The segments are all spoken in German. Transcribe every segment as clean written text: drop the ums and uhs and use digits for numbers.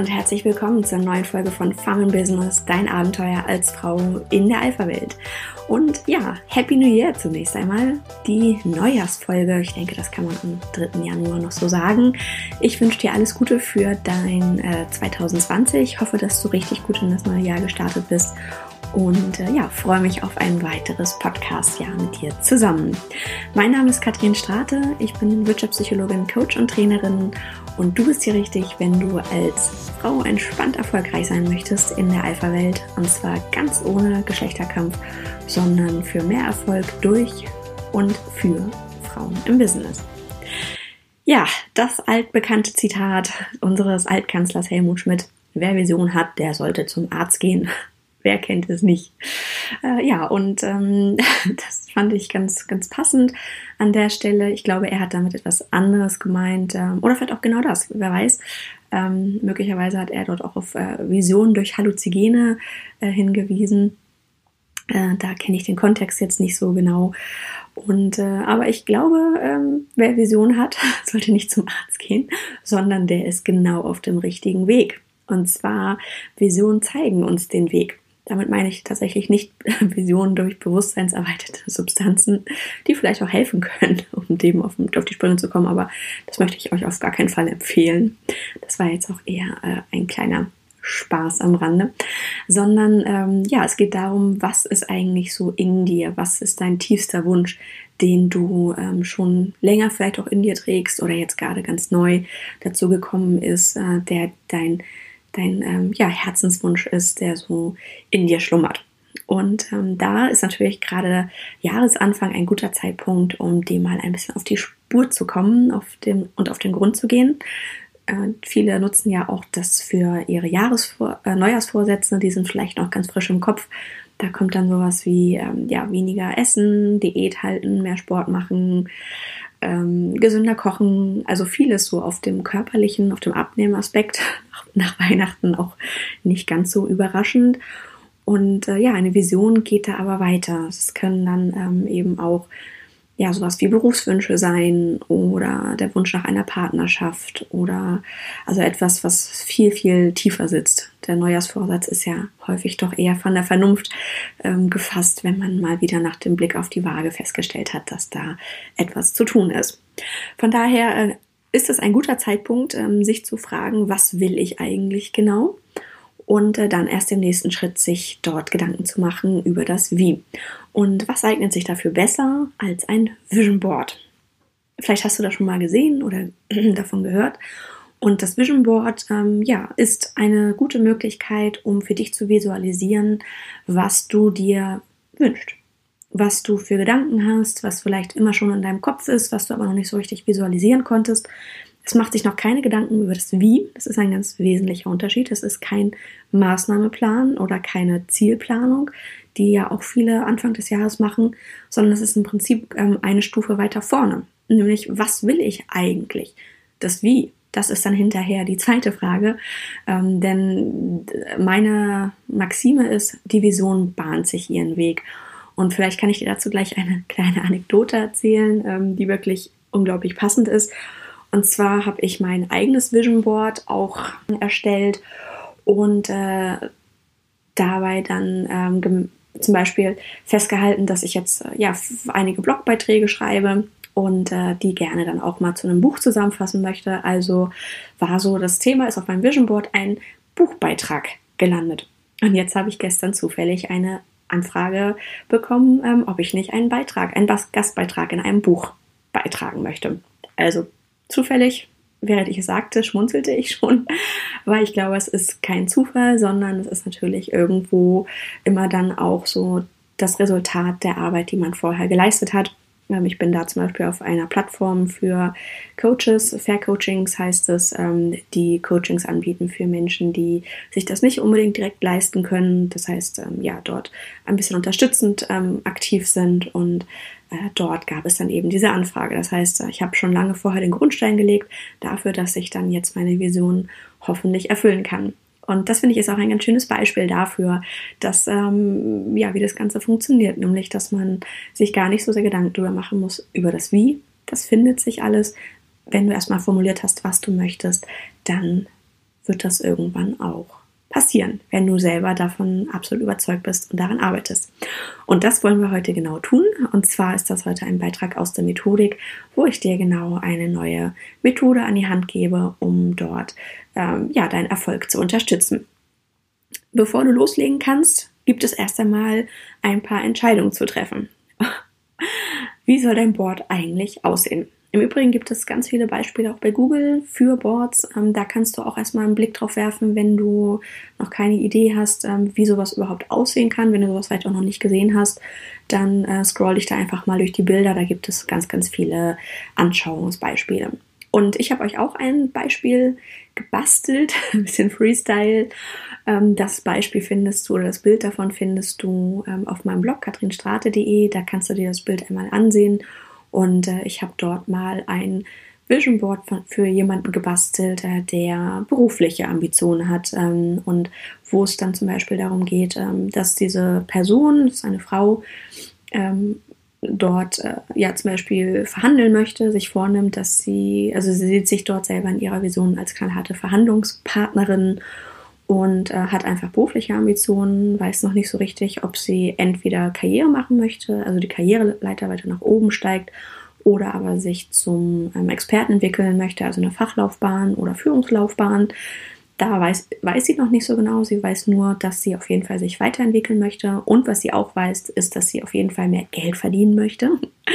und herzlich willkommen zur neuen Folge von Femme in Business, dein Abenteuer als Frau in der Alpha-Welt. Und ja, Happy New Year zunächst einmal, die Neujahrsfolge. Ich denke, das kann man am 3. Januar noch so sagen. Ich wünsche dir alles Gute für dein 2020. Ich hoffe, dass du richtig gut in das neue Jahr gestartet bist. Und freue mich auf ein weiteres Podcast-Jahr mit dir zusammen. Mein Name ist Katrin Strate, ich bin Wirtschaftspsychologin, Coach und Trainerin und du bist hier richtig, wenn du als Frau entspannt erfolgreich sein möchtest in der Alpha-Welt und zwar ganz ohne Geschlechterkampf, sondern für mehr Erfolg durch und für Frauen im Business. Ja, das altbekannte Zitat unseres Altkanzlers Helmut Schmidt: Wer Vision hat, der sollte zum Arzt gehen. Wer kennt es nicht? Das fand ich ganz, ganz passend an der Stelle. Ich glaube, er hat damit etwas anderes gemeint oder vielleicht auch genau das, wer weiß. Möglicherweise hat er dort auch auf Visionen durch Halluzigene hingewiesen. Da kenne ich den Kontext jetzt nicht so genau. Aber ich glaube, wer Vision hat, sollte nicht zum Arzt gehen, sondern der ist genau auf dem richtigen Weg. Und zwar, Visionen zeigen uns den Weg. Damit meine ich tatsächlich nicht Visionen durch bewusstseinserweiterte Substanzen, die vielleicht auch helfen können, um dem auf die Sprünge zu kommen, aber das möchte ich euch auf gar keinen Fall empfehlen. Das war jetzt auch eher ein kleiner Spaß am Rande, sondern es geht darum, was ist eigentlich so in dir, was ist dein tiefster Wunsch, den du schon länger vielleicht auch in dir trägst oder jetzt gerade ganz neu dazu gekommen ist, der dein Herzenswunsch ist, der so in dir schlummert. Und da ist natürlich gerade Jahresanfang ein guter Zeitpunkt, um dem mal ein bisschen auf die Spur zu kommen auf den Grund zu gehen. Viele nutzen ja auch das für ihre Neujahrsvorsätze, die sind vielleicht noch ganz frisch im Kopf. Da kommt dann sowas wie weniger essen, Diät halten, mehr Sport machen, gesünder kochen, also vieles so auf dem körperlichen, auf dem Abnehmaspekt, nach Weihnachten auch nicht ganz so überraschend. Und eine Vision geht da aber weiter. Es können dann eben auch sowas wie Berufswünsche sein oder der Wunsch nach einer Partnerschaft oder also etwas, was viel, viel tiefer sitzt. Der Neujahrsvorsatz ist ja häufig doch eher von der Vernunft gefasst, wenn man mal wieder nach dem Blick auf die Waage festgestellt hat, dass da etwas zu tun ist. Von daher ist es ein guter Zeitpunkt, sich zu fragen, was will ich eigentlich genau? Und dann erst im nächsten Schritt sich dort Gedanken zu machen über das Wie. Und was eignet sich dafür besser als ein Vision Board? Vielleicht hast du das schon mal gesehen oder davon gehört. Und das Vision Board ist eine gute Möglichkeit, um für dich zu visualisieren, was du dir wünschst. Was du für Gedanken hast, was vielleicht immer schon in deinem Kopf ist, was du aber noch nicht so richtig visualisieren konntest. Es macht sich noch keine Gedanken über das Wie. Das ist ein ganz wesentlicher Unterschied. Es ist kein Maßnahmeplan oder keine Zielplanung, die ja auch viele Anfang des Jahres machen, sondern es ist im Prinzip eine Stufe weiter vorne. Nämlich, was will ich eigentlich? Das Wie, das ist dann hinterher die zweite Frage. Denn meine Maxime ist, die Vision bahnt sich ihren Weg. Und vielleicht kann ich dir dazu gleich eine kleine Anekdote erzählen, die wirklich unglaublich passend ist. Und zwar habe ich mein eigenes Vision Board auch erstellt und dabei dann zum Beispiel festgehalten, dass ich jetzt einige Blogbeiträge schreibe und die gerne dann auch mal zu einem Buch zusammenfassen möchte. Also war so, das Thema ist auf meinem Vision Board ein Buchbeitrag gelandet. Und jetzt habe ich gestern zufällig eine Anfrage bekommen, ob ich nicht einen Gastbeitrag in einem Buch beitragen möchte. Also zufällig, während ich es sagte, schmunzelte ich schon, weil ich glaube, es ist kein Zufall, sondern es ist natürlich irgendwo immer dann auch so das Resultat der Arbeit, die man vorher geleistet hat. Ich bin da zum Beispiel auf einer Plattform für Coaches, Fair Coachings heißt es, die Coachings anbieten für Menschen, die sich das nicht unbedingt direkt leisten können. Das heißt, dort ein bisschen unterstützend aktiv sind und dort gab es dann eben diese Anfrage. Das heißt, ich habe schon lange vorher den Grundstein gelegt dafür, dass ich dann jetzt meine Vision hoffentlich erfüllen kann. Und das finde ich ist auch ein ganz schönes Beispiel dafür, dass wie das Ganze funktioniert, nämlich dass man sich gar nicht so sehr Gedanken darüber machen muss, über das Wie. Das findet sich alles. Wenn du erstmal formuliert hast, was du möchtest, dann wird das irgendwann auch passieren, wenn du selber davon absolut überzeugt bist und daran arbeitest. Und das wollen wir heute genau tun. Und zwar ist das heute ein Beitrag aus der Methodik, wo ich dir genau eine neue Methode an die Hand gebe, um dort deinen Erfolg zu unterstützen. Bevor du loslegen kannst, gibt es erst einmal ein paar Entscheidungen zu treffen. Wie soll dein Board eigentlich aussehen? Im Übrigen gibt es ganz viele Beispiele auch bei Google für Boards. Da kannst du auch erstmal einen Blick drauf werfen, wenn du noch keine Idee hast, wie sowas überhaupt aussehen kann. Wenn du sowas vielleicht auch noch nicht gesehen hast, dann scroll dich da einfach mal durch die Bilder. Da gibt es ganz, ganz viele Anschauungsbeispiele. Und ich habe euch auch ein Beispiel gebastelt, ein bisschen Freestyle. Das Beispiel findest du oder das Bild davon findest du auf meinem Blog katrinstrate.de. Da kannst du dir das Bild einmal ansehen. Und ich habe dort mal ein Vision Board für jemanden gebastelt, der berufliche Ambitionen hat und wo es dann zum Beispiel darum geht, dass diese Person, das ist eine Frau, dort zum Beispiel verhandeln möchte, sich vornimmt, dass sie sieht sich dort selber in ihrer Vision als knallharte Verhandlungspartnerin und hat einfach berufliche Ambitionen, weiß noch nicht so richtig, ob sie entweder Karriere machen möchte, also die Karriereleiter weiter nach oben steigt, oder aber sich zum Experten entwickeln möchte, also eine Fachlaufbahn oder Führungslaufbahn. Da weiß sie noch nicht so genau. Sie weiß nur, dass sie auf jeden Fall sich weiterentwickeln möchte. Und was sie auch weiß, ist, dass sie auf jeden Fall mehr Geld verdienen möchte.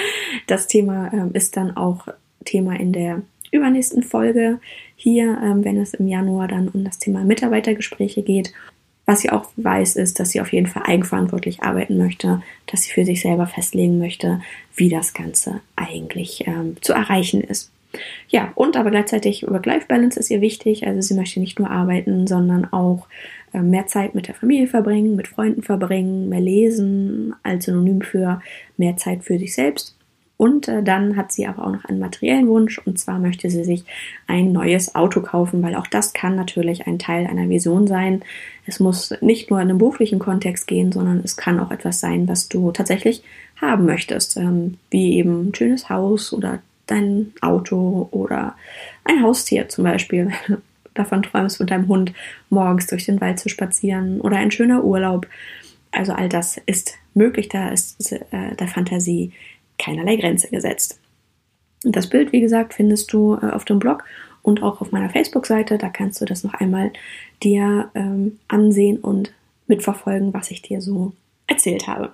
Das Thema ist dann auch Thema in der übernächsten Folge hier, wenn es im Januar dann um das Thema Mitarbeitergespräche geht. Was sie auch weiß, ist, dass sie auf jeden Fall eigenverantwortlich arbeiten möchte, dass sie für sich selber festlegen möchte, wie das Ganze eigentlich zu erreichen ist. Ja, und aber gleichzeitig Work-Life-Balance ist ihr wichtig. Also sie möchte nicht nur arbeiten, sondern auch mehr Zeit mit der Familie verbringen, mit Freunden verbringen, mehr lesen, als Synonym für mehr Zeit für sich selbst. Und dann hat sie aber auch noch einen materiellen Wunsch, und zwar möchte sie sich ein neues Auto kaufen, weil auch das kann natürlich ein Teil einer Vision sein. Es muss nicht nur in einem beruflichen Kontext gehen, sondern es kann auch etwas sein, was du tatsächlich haben möchtest, wie eben ein schönes Haus oder dein Auto oder ein Haustier zum Beispiel. Wenn du davon träumst, mit deinem Hund morgens durch den Wald zu spazieren oder ein schöner Urlaub. Also all das ist möglich, da ist der Fantasie keinerlei Grenze gesetzt. Und das Bild, wie gesagt, findest du auf dem Blog und auch auf meiner Facebook-Seite. Da kannst du das noch einmal dir ansehen und mitverfolgen, was ich dir so erzählt habe.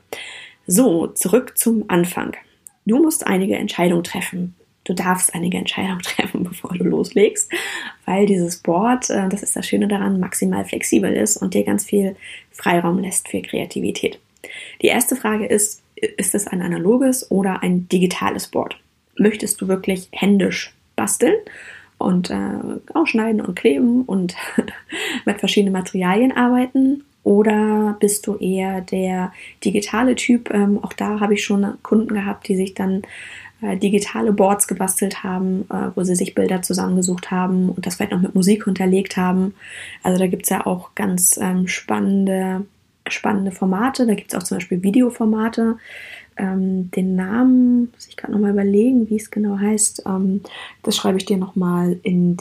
So, zurück zum Anfang. Du musst einige Entscheidungen treffen. Du darfst einige Entscheidungen treffen, bevor du loslegst, weil dieses Board, das ist das Schöne daran, maximal flexibel ist und dir ganz viel Freiraum lässt für Kreativität. Die erste Frage ist es ein analoges oder ein digitales Board? Möchtest du wirklich händisch basteln und ausschneiden und kleben und mit verschiedenen Materialien arbeiten? Oder bist du eher der digitale Typ? Auch da habe ich schon Kunden gehabt, die sich dann digitale Boards gebastelt haben, wo sie sich Bilder zusammengesucht haben und das vielleicht noch mit Musik unterlegt haben. Also da gibt es ja auch ganz spannende Formate. Da gibt es auch zum Beispiel Videoformate. Den Namen muss ich gerade nochmal überlegen, wie es genau heißt. Das schreibe ich dir nochmal in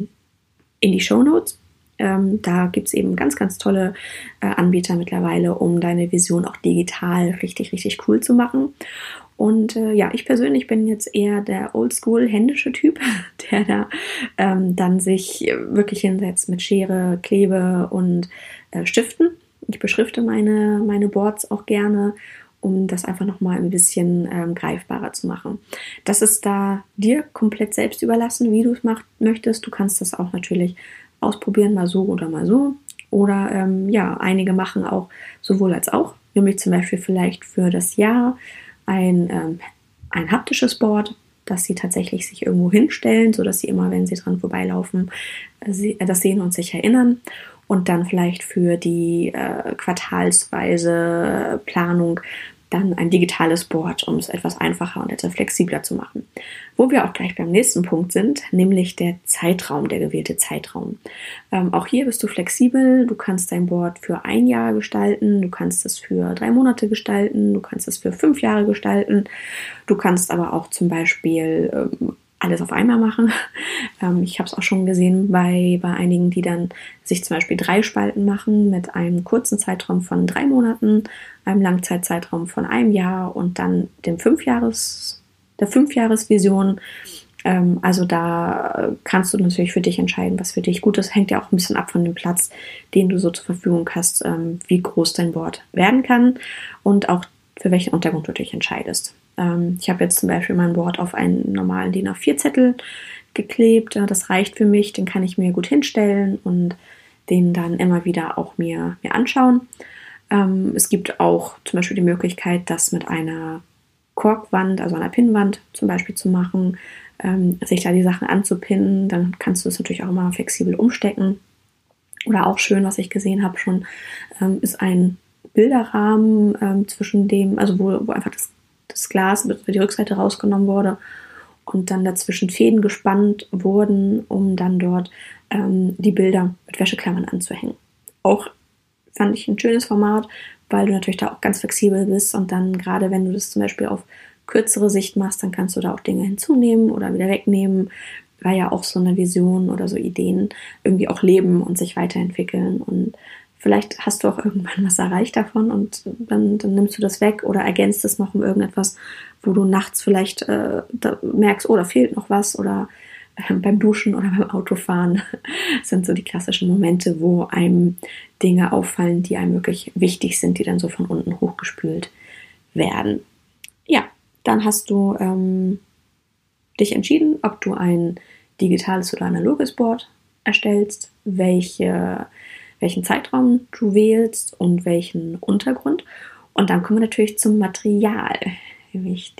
die Shownotes. Da gibt es eben ganz, ganz tolle Anbieter mittlerweile, um deine Vision auch digital richtig, richtig cool zu machen. Und ich persönlich bin jetzt eher der oldschool händische Typ, der da dann sich wirklich hinsetzt mit Schere, Klebe und Stiften. Ich beschrifte meine Boards auch gerne, um das einfach nochmal ein bisschen greifbarer zu machen. Das ist da dir komplett selbst überlassen, wie du es möchtest. Du kannst das auch natürlich ausprobieren, mal so oder mal so. Oder einige machen auch sowohl als auch, nämlich zum Beispiel vielleicht für das Jahr ein haptisches Board, dass sie tatsächlich sich irgendwo hinstellen, sodass sie immer, wenn sie dran vorbeilaufen, das sehen und sich erinnern. Und dann vielleicht für die quartalsweise Planung dann ein digitales Board, um es etwas einfacher und etwas flexibler zu machen. Wo wir auch gleich beim nächsten Punkt sind, nämlich der Zeitraum, der gewählte Zeitraum. Auch hier bist du flexibel. Du kannst dein Board für 1 Jahr gestalten, du kannst es für 3 Monate gestalten, du kannst es für 5 Jahre gestalten. Du kannst aber auch zum Beispiel alles auf einmal machen. Ich habe es auch schon gesehen bei einigen, die dann sich zum Beispiel 3 Spalten machen mit einem kurzen Zeitraum von 3 Monaten, einem Langzeitzeitraum von einem Jahr und dann der 5-Jahres-Vision. Also da kannst du natürlich für dich entscheiden, was für dich gut ist. Hängt ja auch ein bisschen ab von dem Platz, den du so zur Verfügung hast, wie groß dein Board werden kann und auch für welchen Untergrund du dich entscheidest. Ich habe jetzt zum Beispiel mein Board auf einen normalen DIN A4-Zettel geklebt. Das reicht für mich, den kann ich mir gut hinstellen und den dann immer wieder auch mir anschauen. Es gibt auch zum Beispiel die Möglichkeit, das mit einer Korkwand, also einer Pinnwand zum Beispiel zu machen, sich da die Sachen anzupinnen. Dann kannst du es natürlich auch immer flexibel umstecken. Oder auch schön, was ich gesehen habe schon, ist ein Bilderrahmen zwischen dem, also wo einfach das Glas mit die Rückseite rausgenommen wurde und dann dazwischen Fäden gespannt wurden, um dann dort die Bilder mit Wäscheklammern anzuhängen. Auch fand ich ein schönes Format, weil du natürlich da auch ganz flexibel bist und dann gerade wenn du das zum Beispiel auf kürzere Sicht machst, dann kannst du da auch Dinge hinzunehmen oder wieder wegnehmen, weil ja auch so eine Vision oder so Ideen irgendwie auch leben und sich weiterentwickeln und vielleicht hast du auch irgendwann was erreicht davon und dann nimmst du das weg oder ergänzt es noch um irgendetwas, wo du nachts vielleicht da merkst, oh, da fehlt noch was oder beim Duschen oder beim Autofahren. Das sind so die klassischen Momente, wo einem Dinge auffallen, die einem wirklich wichtig sind, die dann so von unten hochgespült werden. Ja, dann hast du dich entschieden, ob du ein digitales oder analoges Board erstellst, welchen Zeitraum du wählst und welchen Untergrund. Und dann kommen wir natürlich zum Material, nämlich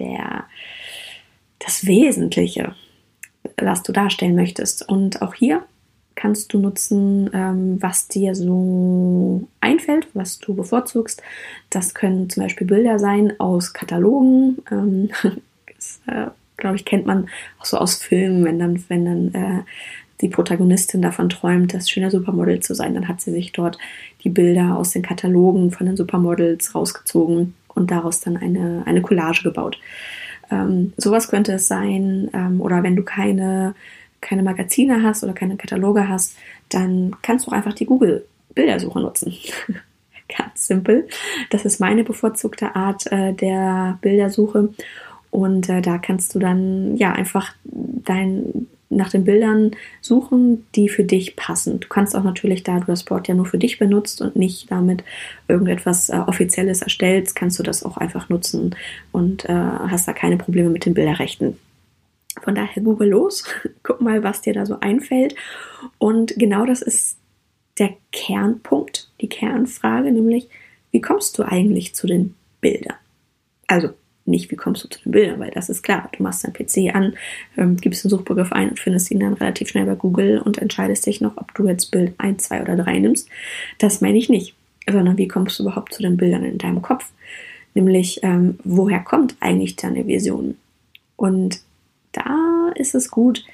das Wesentliche, was du darstellen möchtest. Und auch hier kannst du nutzen, was dir so einfällt, was du bevorzugst. Das können zum Beispiel Bilder sein aus Katalogen. Das, glaube ich, kennt man auch so aus Filmen, wenn dann die Protagonistin davon träumt, das schöne Supermodel zu sein, dann hat sie sich dort die Bilder aus den Katalogen von den Supermodels rausgezogen und daraus dann eine Collage gebaut. Sowas könnte es sein, oder wenn du keine Magazine hast oder keine Kataloge hast, dann kannst du einfach die Google-Bildersuche nutzen. Ganz simpel. Das ist meine bevorzugte Art der Bildersuche. Und da kannst du dann ja einfach nach den Bildern suchen, die für dich passen. Du kannst auch natürlich, da du das Board ja nur für dich benutzt und nicht damit irgendetwas Offizielles erstellst, kannst du das auch einfach nutzen und hast da keine Probleme mit den Bilderrechten. Von daher Google los, guck mal, was dir da so einfällt. Und genau das ist der Kernpunkt, die Kernfrage, nämlich, wie kommst du eigentlich zu den Bildern? Also nicht, wie kommst du zu den Bildern, weil das ist klar, du machst deinen PC an, gibst den Suchbegriff ein und findest ihn dann relativ schnell bei Google und entscheidest dich noch, ob du jetzt Bild 1, 2 oder 3 nimmst. Das meine ich nicht, sondern wie kommst du überhaupt zu den Bildern in deinem Kopf? Nämlich, woher kommt eigentlich deine Vision? Und da ist es gut,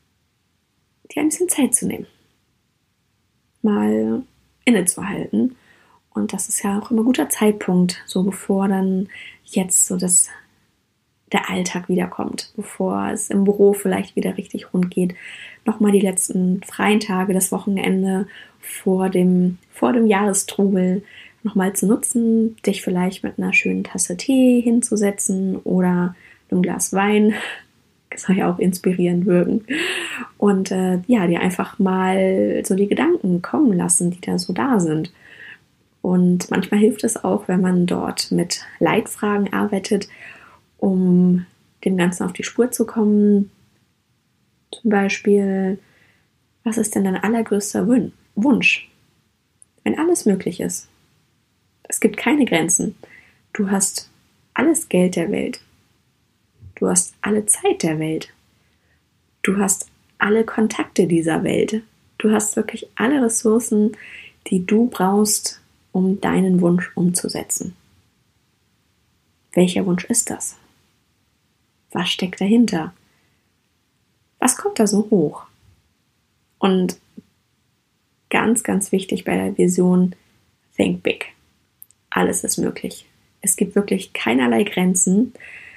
dir ein bisschen Zeit zu nehmen, mal innezuhalten. Und das ist ja auch immer ein guter Zeitpunkt, so bevor dann jetzt so der Alltag wiederkommt, bevor es im Büro vielleicht wieder richtig rund geht, nochmal die letzten freien Tage, das Wochenende vor dem Jahrestrubel nochmal zu nutzen, dich vielleicht mit einer schönen Tasse Tee hinzusetzen oder einem Glas Wein. Das soll ja auch inspirierend wirken. Und dir einfach mal so die Gedanken kommen lassen, die da so da sind. Und manchmal hilft es auch, wenn man dort mit Leitfragen arbeitet, um dem Ganzen auf die Spur zu kommen. Zum Beispiel, was ist denn dein allergrößter Wunsch? Wenn alles möglich ist. Es gibt keine Grenzen. Du hast alles Geld der Welt. Du hast alle Zeit der Welt. Du hast alle Kontakte dieser Welt. Du hast wirklich alle Ressourcen, die du brauchst, um deinen Wunsch umzusetzen. Welcher Wunsch ist das? Was steckt dahinter? Was kommt da so hoch? Und ganz, ganz wichtig bei der Vision, think big. Alles ist möglich. Es gibt wirklich keinerlei Grenzen.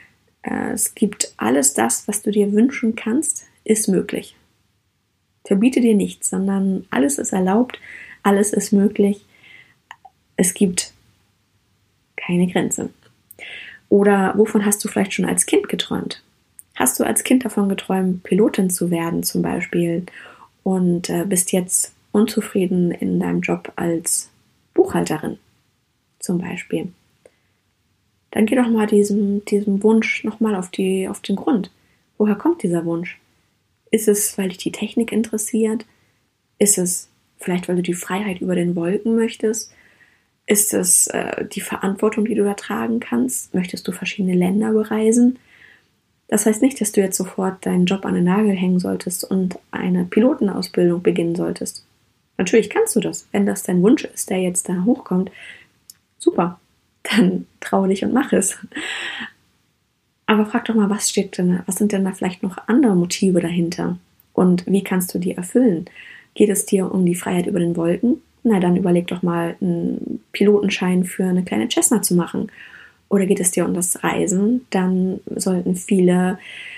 Es gibt alles das, was du dir wünschen kannst, ist möglich. Verbiete dir nichts, sondern alles ist erlaubt, alles ist möglich. Es gibt keine Grenze. Oder wovon hast du vielleicht schon als Kind geträumt? Hast du als Kind davon geträumt, Pilotin zu werden zum Beispiel und bist jetzt unzufrieden in deinem Job als Buchhalterin zum Beispiel? Dann geh doch mal diesem Wunsch nochmal auf den Grund. Woher kommt dieser Wunsch? Ist es, weil dich die Technik interessiert? Ist es vielleicht, weil du die Freiheit über den Wolken möchtest? Ist es die Verantwortung, die du da tragen kannst? Möchtest du verschiedene Länder bereisen? Das heißt nicht, dass du jetzt sofort deinen Job an den Nagel hängen solltest und eine Pilotenausbildung beginnen solltest. Natürlich kannst du das. Wenn das dein Wunsch ist, der jetzt da hochkommt, super, dann trau dich und mach es. Aber frag doch mal, was sind denn da vielleicht noch andere Motive dahinter? Und wie kannst du die erfüllen? Geht es dir um die Freiheit über den Wolken? Na, dann überleg doch mal, einen Pilotenschein für eine kleine Cessna zu machen. Oder geht es dir um das Reisen? Dann sollten viele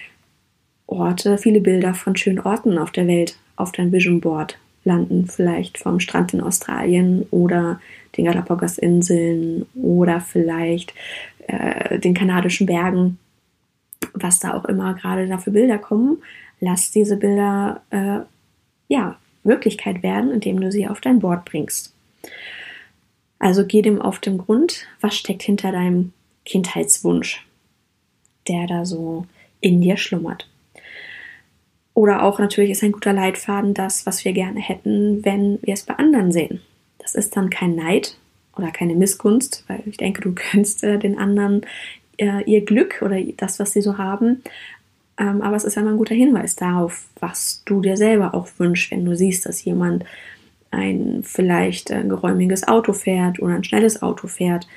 Bilder von schönen Orten auf der Welt auf dein Vision Board landen. Vielleicht vom Strand in Australien oder den Galapagos-Inseln oder vielleicht den kanadischen Bergen. Was da auch immer gerade da für Bilder kommen, lass diese Bilder Wirklichkeit werden, indem du sie auf dein Board bringst. Also geh dem auf den Grund, was steckt hinter deinem Kindheitswunsch, der da so in dir schlummert. Oder auch natürlich ist ein guter Leitfaden das, was wir gerne hätten, wenn wir es bei anderen sehen. Das ist dann kein Neid oder keine Missgunst, weil ich denke, du gönnst den anderen ihr Glück oder das, was sie so haben. Aber es ist einmal ein guter Hinweis darauf, was du dir selber auch wünschst, wenn du siehst, dass jemand ein vielleicht geräumiges Auto fährt oder ein schnelles Auto fährt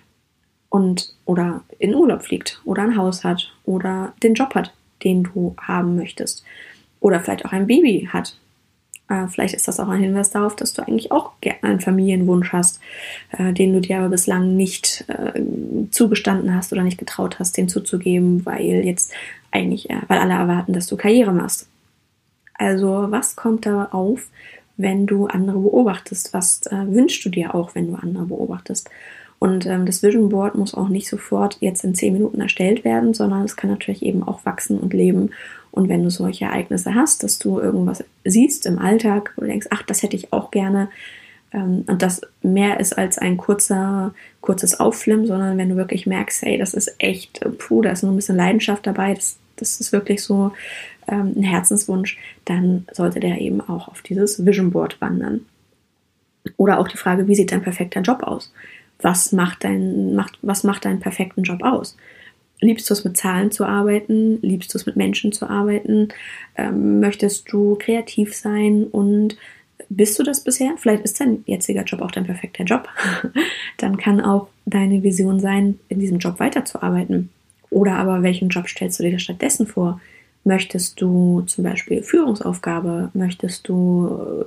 oder in Urlaub fliegt oder ein Haus hat oder den Job hat, den du haben möchtest. Oder vielleicht auch ein Baby hat. Vielleicht ist das auch ein Hinweis darauf, dass du eigentlich auch gerne einen Familienwunsch hast, den du dir aber bislang nicht zugestanden hast oder nicht getraut hast, den zuzugeben, weil alle erwarten, dass du Karriere machst. Also was kommt da auf, wenn du andere beobachtest? Was wünschst du dir auch, wenn du andere beobachtest? Und das Vision Board muss auch nicht sofort jetzt in 10 Minuten erstellt werden, sondern es kann natürlich eben auch wachsen und leben. Und wenn du solche Ereignisse hast, dass du irgendwas siehst im Alltag, wo du denkst, ach, das hätte ich auch gerne, und das mehr ist als ein kurzes Aufflimmen, sondern wenn du wirklich merkst, hey, das ist echt, da ist nur ein bisschen Leidenschaft dabei, das ist wirklich so ein Herzenswunsch, dann sollte der eben auch auf dieses Vision Board wandern. Oder auch die Frage, wie sieht dein perfekter Job aus? Was macht deinen perfekten Job aus? Liebst du es, mit Zahlen zu arbeiten? Liebst du es, mit Menschen zu arbeiten? Möchtest du kreativ sein? Und bist du das bisher? Vielleicht ist dein jetziger Job auch dein perfekter Job. Dann kann auch deine Vision sein, in diesem Job weiterzuarbeiten. Oder aber welchen Job stellst du dir stattdessen vor? Möchtest du zum Beispiel Führungsaufgabe? Möchtest du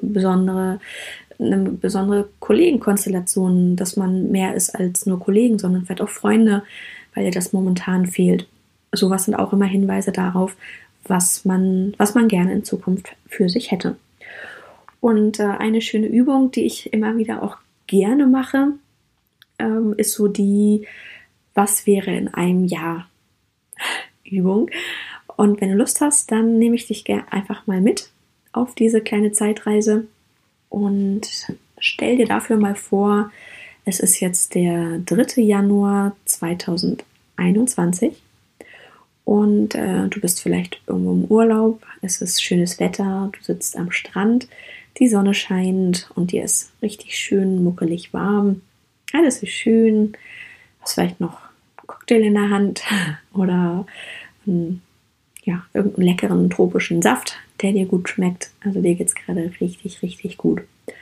eine besondere Kollegenkonstellation, dass man mehr ist als nur Kollegen, sondern vielleicht auch Freunde, weil dir das momentan fehlt. Sowas sind auch immer Hinweise darauf, was man gerne in Zukunft für sich hätte. Und eine schöne Übung, die ich immer wieder auch gerne mache, ist so die Was wäre in einem Jahr Übung. Und wenn du Lust hast, dann nehme ich dich einfach mal mit auf diese kleine Zeitreise und stell dir dafür mal vor, es ist jetzt der 3. Januar 2021 und du bist vielleicht irgendwo im Urlaub, es ist schönes Wetter, du sitzt am Strand, die Sonne scheint und dir ist richtig schön muckelig warm, alles ist schön, hast vielleicht noch einen Cocktail in der Hand oder irgendeinen leckeren tropischen Saft, der dir gut schmeckt, also dir geht es gerade richtig, richtig gut.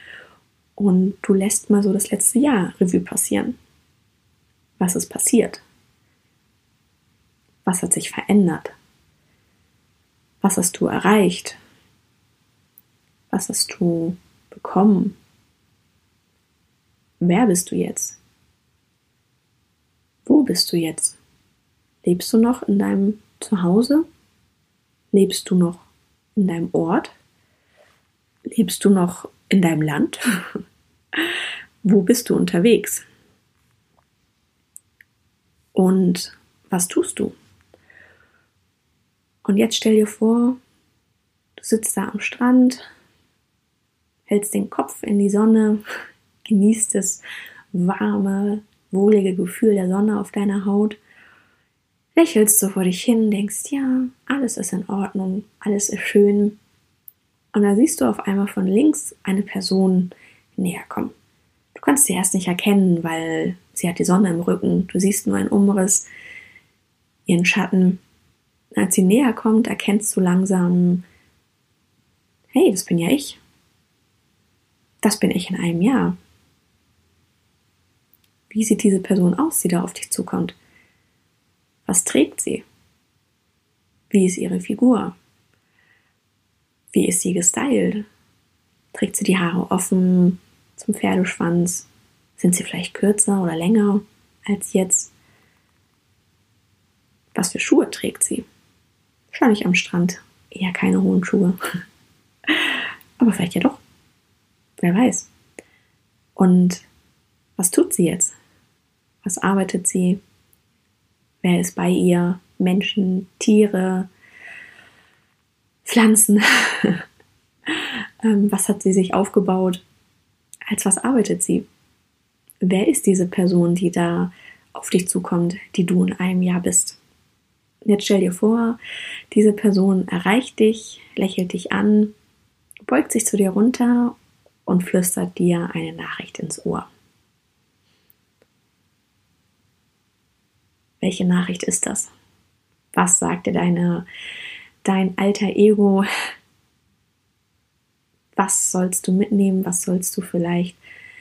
Und du lässt mal so das letzte Jahr Revue passieren. Was ist passiert? Was hat sich verändert? Was hast du erreicht? Was hast du bekommen? Wer bist du jetzt? Wo bist du jetzt? Lebst du noch in deinem Zuhause? Lebst du noch in deinem Ort? Lebst du noch in deinem Land? Wo bist du unterwegs? Und was tust du? Und jetzt stell dir vor, du sitzt da am Strand, hältst den Kopf in die Sonne, genießt das warme, wohlige Gefühl der Sonne auf deiner Haut, lächelst so vor dich hin, denkst, ja, alles ist in Ordnung, alles ist schön. Und da siehst du auf einmal von links eine Person näher kommen. Du kannst sie erst nicht erkennen, weil sie hat die Sonne im Rücken. Du siehst nur einen Umriss, ihren Schatten. Als sie näher kommt, erkennst du langsam, hey, das bin ja ich. Das bin ich in einem Jahr. Wie sieht diese Person aus, die da auf dich zukommt? Was trägt sie? Wie ist ihre Figur? Wie ist sie gestylt? Trägt sie die Haare offen zum Pferdeschwanz? Sind sie vielleicht kürzer oder länger als jetzt? Was für Schuhe trägt sie? Wahrscheinlich am Strand eher keine hohen Schuhe. Aber vielleicht ja doch. Wer weiß. Und was tut sie jetzt? Was arbeitet sie? Wer ist bei ihr? Menschen, Tiere, Pflanzen? Was hat sie sich aufgebaut? Als was arbeitet sie? Wer ist diese Person, die da auf dich zukommt, die du in einem Jahr bist? Jetzt stell dir vor, diese Person erreicht dich, lächelt dich an, beugt sich zu dir runter und flüstert dir eine Nachricht ins Ohr. Welche Nachricht ist das? Was sagt dir dein alter Ego? Was sollst du mitnehmen? Was sollst du vielleicht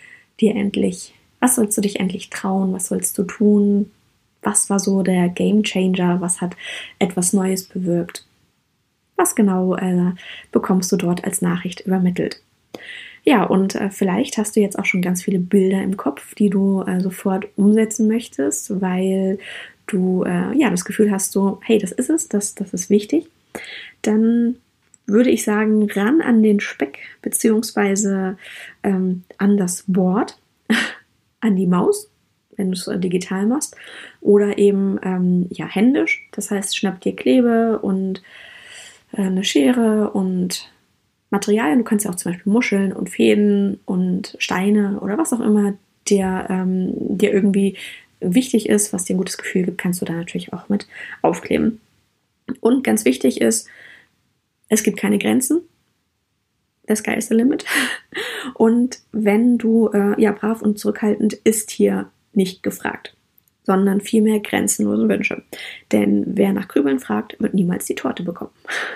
was sollst du dich endlich trauen? Was sollst du tun? Was war so der Game Changer? Was hat etwas Neues bewirkt? Was genau bekommst du dort als Nachricht übermittelt? Ja, und vielleicht hast du jetzt auch schon ganz viele Bilder im Kopf, die du sofort umsetzen möchtest, weil du das Gefühl hast, so, hey, das ist es, das ist wichtig. Dann würde ich sagen, ran an den Speck, beziehungsweise an das Board, an die Maus, wenn du es digital machst, oder eben händisch. Das heißt, schnapp dir Klebe und eine Schere und Materialien. Du kannst ja auch zum Beispiel Muscheln und Fäden und Steine oder was auch immer dir irgendwie wichtig ist, was dir ein gutes Gefühl gibt, kannst du da natürlich auch mit aufkleben. Und ganz wichtig ist, es gibt keine Grenzen. The sky is the limit. Und wenn du brav und zurückhaltend, ist hier nicht gefragt, sondern vielmehr grenzenlose Wünsche. Denn wer nach Grübeln fragt, wird niemals die Torte bekommen.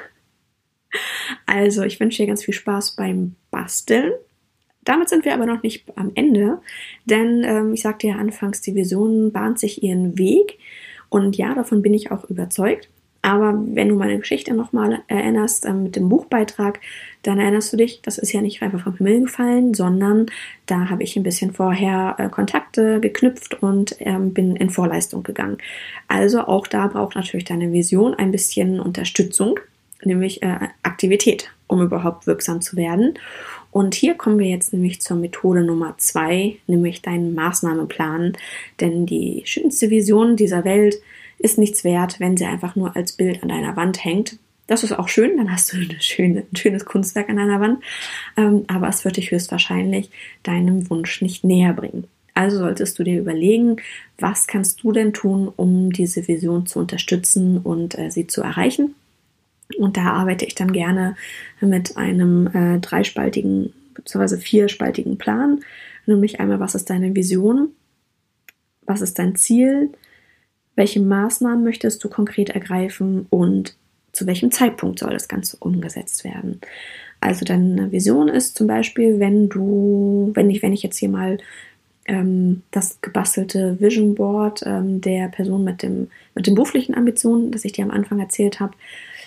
Also, ich wünsche dir ganz viel Spaß beim Basteln. Damit sind wir aber noch nicht am Ende, denn ich sagte ja anfangs, die Vision bahnt sich ihren Weg und ja, davon bin ich auch überzeugt. Aber wenn du meine Geschichte nochmal erinnerst mit dem Buchbeitrag, dann erinnerst du dich, das ist ja nicht einfach vom Himmel gefallen, sondern da habe ich ein bisschen vorher Kontakte geknüpft und bin in Vorleistung gegangen. Also auch da braucht natürlich deine Vision ein bisschen Unterstützung, nämlich Aktivität, um überhaupt wirksam zu werden. Und hier kommen wir jetzt nämlich zur Methode Nummer 2, nämlich deinen Maßnahmeplan. Denn die schönste Vision dieser Welt ist nichts wert, wenn sie einfach nur als Bild an deiner Wand hängt. Das ist auch schön, dann hast du ein schönes Kunstwerk an deiner Wand. Aber es wird dich höchstwahrscheinlich deinem Wunsch nicht näher bringen. Also solltest du dir überlegen, was kannst du denn tun, um diese Vision zu unterstützen und sie zu erreichen. Und da arbeite ich dann gerne mit einem dreispaltigen bzw. vierspaltigen Plan. Nämlich einmal, was ist deine Vision? Was ist dein Ziel? Welche Maßnahmen möchtest du konkret ergreifen? Und zu welchem Zeitpunkt soll das Ganze umgesetzt werden? Also deine Vision ist zum Beispiel, wenn ich jetzt hier mal das gebastelte Vision Board der Person mit den beruflichen Ambitionen, das ich dir am Anfang erzählt habe,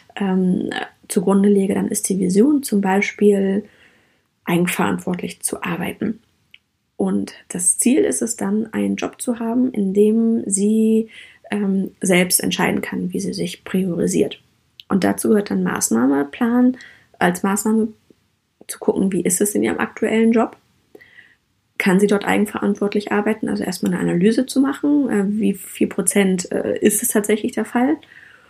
zugrunde lege, dann ist die Vision zum Beispiel, eigenverantwortlich zu arbeiten. Und das Ziel ist es dann, einen Job zu haben, in dem sie selbst entscheiden kann, wie sie sich priorisiert. Und dazu gehört dann Maßnahmeplan, als Maßnahme zu gucken, wie ist es in ihrem aktuellen Job? Kann sie dort eigenverantwortlich arbeiten? Also erstmal eine Analyse zu machen, wie viel Prozent ist es tatsächlich der Fall?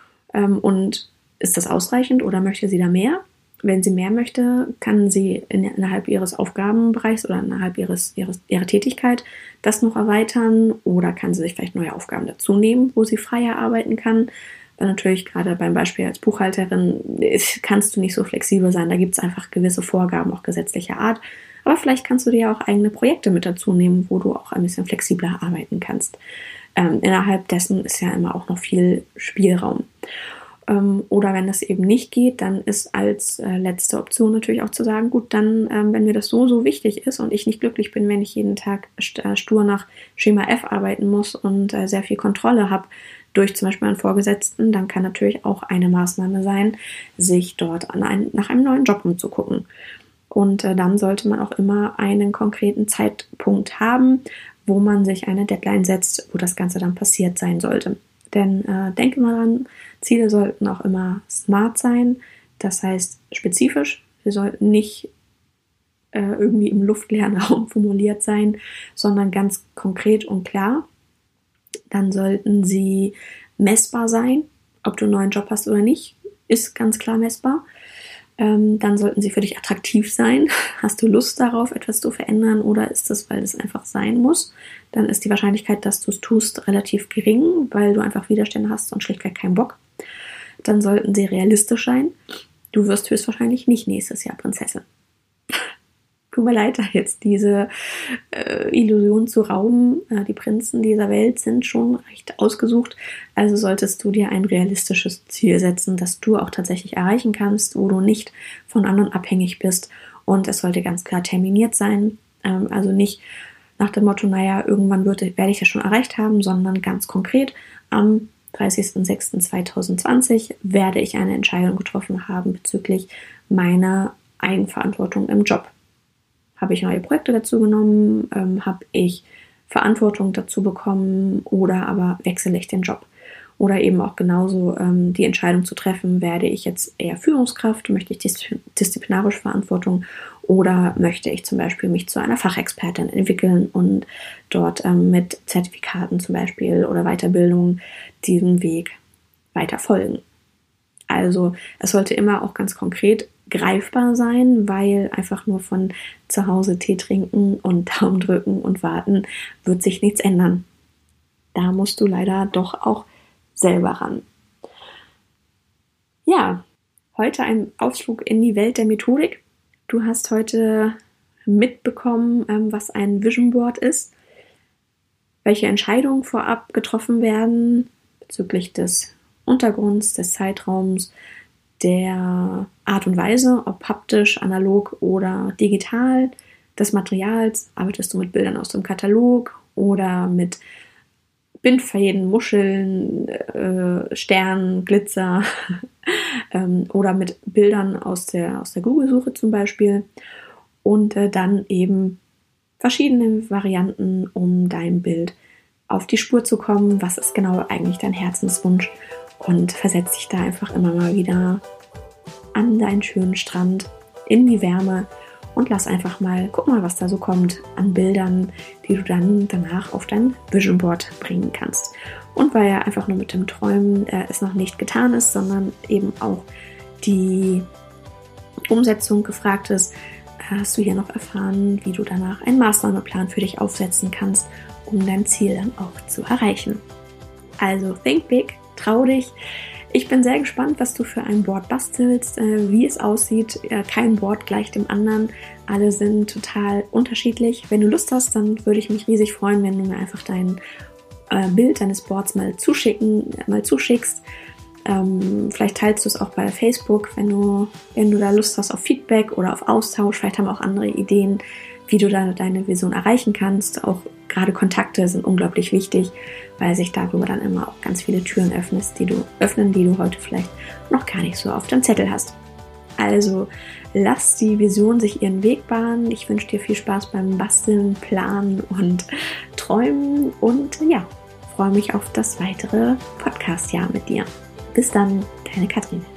Und ist das ausreichend oder möchte sie da mehr? Wenn sie mehr möchte, kann sie innerhalb ihres Aufgabenbereichs oder innerhalb ihrer Tätigkeit das noch erweitern oder kann sie sich vielleicht neue Aufgaben dazu nehmen, wo sie freier arbeiten kann. Weil natürlich gerade beim Beispiel als Buchhalterin kannst du nicht so flexibel sein. Da gibt es einfach gewisse Vorgaben, auch gesetzlicher Art. Aber vielleicht kannst du dir ja auch eigene Projekte mit dazu nehmen, wo du auch ein bisschen flexibler arbeiten kannst. Innerhalb dessen ist ja immer auch noch viel Spielraum. Oder wenn das eben nicht geht, dann ist als letzte Option natürlich auch zu sagen, gut, dann, wenn mir das so wichtig ist und ich nicht glücklich bin, wenn ich jeden Tag stur nach Schema F arbeiten muss und sehr viel Kontrolle habe durch zum Beispiel einen Vorgesetzten, dann kann natürlich auch eine Maßnahme sein, sich dort nach einem neuen Job umzugucken. Und dann sollte man auch immer einen konkreten Zeitpunkt haben, wo man sich eine Deadline setzt, wo das Ganze dann passiert sein sollte. Denn denke mal dran, Ziele sollten auch immer smart sein, das heißt spezifisch. Sie sollten nicht irgendwie im luftleeren Raum formuliert sein, sondern ganz konkret und klar. Dann sollten sie messbar sein, ob du einen neuen Job hast oder nicht, ist ganz klar messbar. Dann sollten sie für dich attraktiv sein. Hast du Lust darauf, etwas zu verändern oder ist das, weil es einfach sein muss? Dann ist die Wahrscheinlichkeit, dass du es tust, relativ gering, weil du einfach Widerstände hast und schlichtweg keinen Bock. Dann sollten sie realistisch sein. Du wirst höchstwahrscheinlich nicht nächstes Jahr Prinzessin. Tut mir leid, da jetzt diese Illusion zu rauben. Die Prinzen dieser Welt sind schon recht ausgesucht. Also solltest du dir ein realistisches Ziel setzen, das du auch tatsächlich erreichen kannst, wo du nicht von anderen abhängig bist. Und es sollte ganz klar terminiert sein. Also nicht nach dem Motto, naja, irgendwann werde ich das schon erreicht haben, sondern ganz konkret am 30.06.2020 werde ich eine Entscheidung getroffen haben bezüglich meiner Eigenverantwortung im Job. Habe ich neue Projekte dazu genommen? Habe ich Verantwortung dazu bekommen? Oder aber wechsle ich den Job? Oder eben auch genauso die Entscheidung zu treffen, werde ich jetzt eher Führungskraft? Möchte ich disziplinarische Verantwortung? Oder möchte ich zum Beispiel mich zu einer Fachexpertin entwickeln und dort mit Zertifikaten zum Beispiel oder Weiterbildung diesen Weg weiter folgen? Also es sollte immer auch ganz konkret greifbar sein, weil einfach nur von zu Hause Tee trinken und Daumen drücken und warten wird sich nichts ändern. Da musst du leider doch auch selber ran. Ja, heute ein Ausflug in die Welt der Methodik. Du hast heute mitbekommen, was ein Vision Board ist, welche Entscheidungen vorab getroffen werden bezüglich des Untergrunds, des Zeitraums, der Art und Weise, ob haptisch, analog oder digital, des Materials. Arbeitest du mit Bildern aus dem Katalog oder mit Bindfäden, Muscheln, Sternen, Glitzer oder mit Bildern aus der Google-Suche zum Beispiel. Und dann eben verschiedene Varianten, um dein Bild auf die Spur zu kommen. Was ist genau eigentlich dein Herzenswunsch? Und versetz dich da einfach immer mal wieder an deinen schönen Strand in die Wärme und guck mal, was da so kommt an Bildern, die du dann danach auf dein Vision Board bringen kannst. Und weil ja einfach nur mit dem Träumen es noch nicht getan ist, sondern eben auch die Umsetzung gefragt ist, hast du hier noch erfahren, wie du danach einen Maßnahmeplan für dich aufsetzen kannst, um dein Ziel dann auch zu erreichen. Also think big, trau dich. Ich bin sehr gespannt, was du für ein Board bastelst, wie es aussieht. Kein Board gleich dem anderen. Alle sind total unterschiedlich. Wenn du Lust hast, dann würde ich mich riesig freuen, wenn du mir einfach dein Bild deines Boards mal zuschickst. Vielleicht teilst du es auch bei Facebook, wenn du da Lust hast auf Feedback oder auf Austausch. Vielleicht haben auch andere Ideen, wie du deine Vision erreichen kannst. Auch gerade Kontakte sind unglaublich wichtig, weil sich darüber dann immer auch ganz viele Türen öffnen, die du heute vielleicht noch gar nicht so auf dem Zettel hast. Also lass die Vision sich ihren Weg bahnen. Ich wünsche dir viel Spaß beim Basteln, Planen und Träumen und ja, freue mich auf das weitere Podcast-Jahr mit dir. Bis dann, deine Katrin.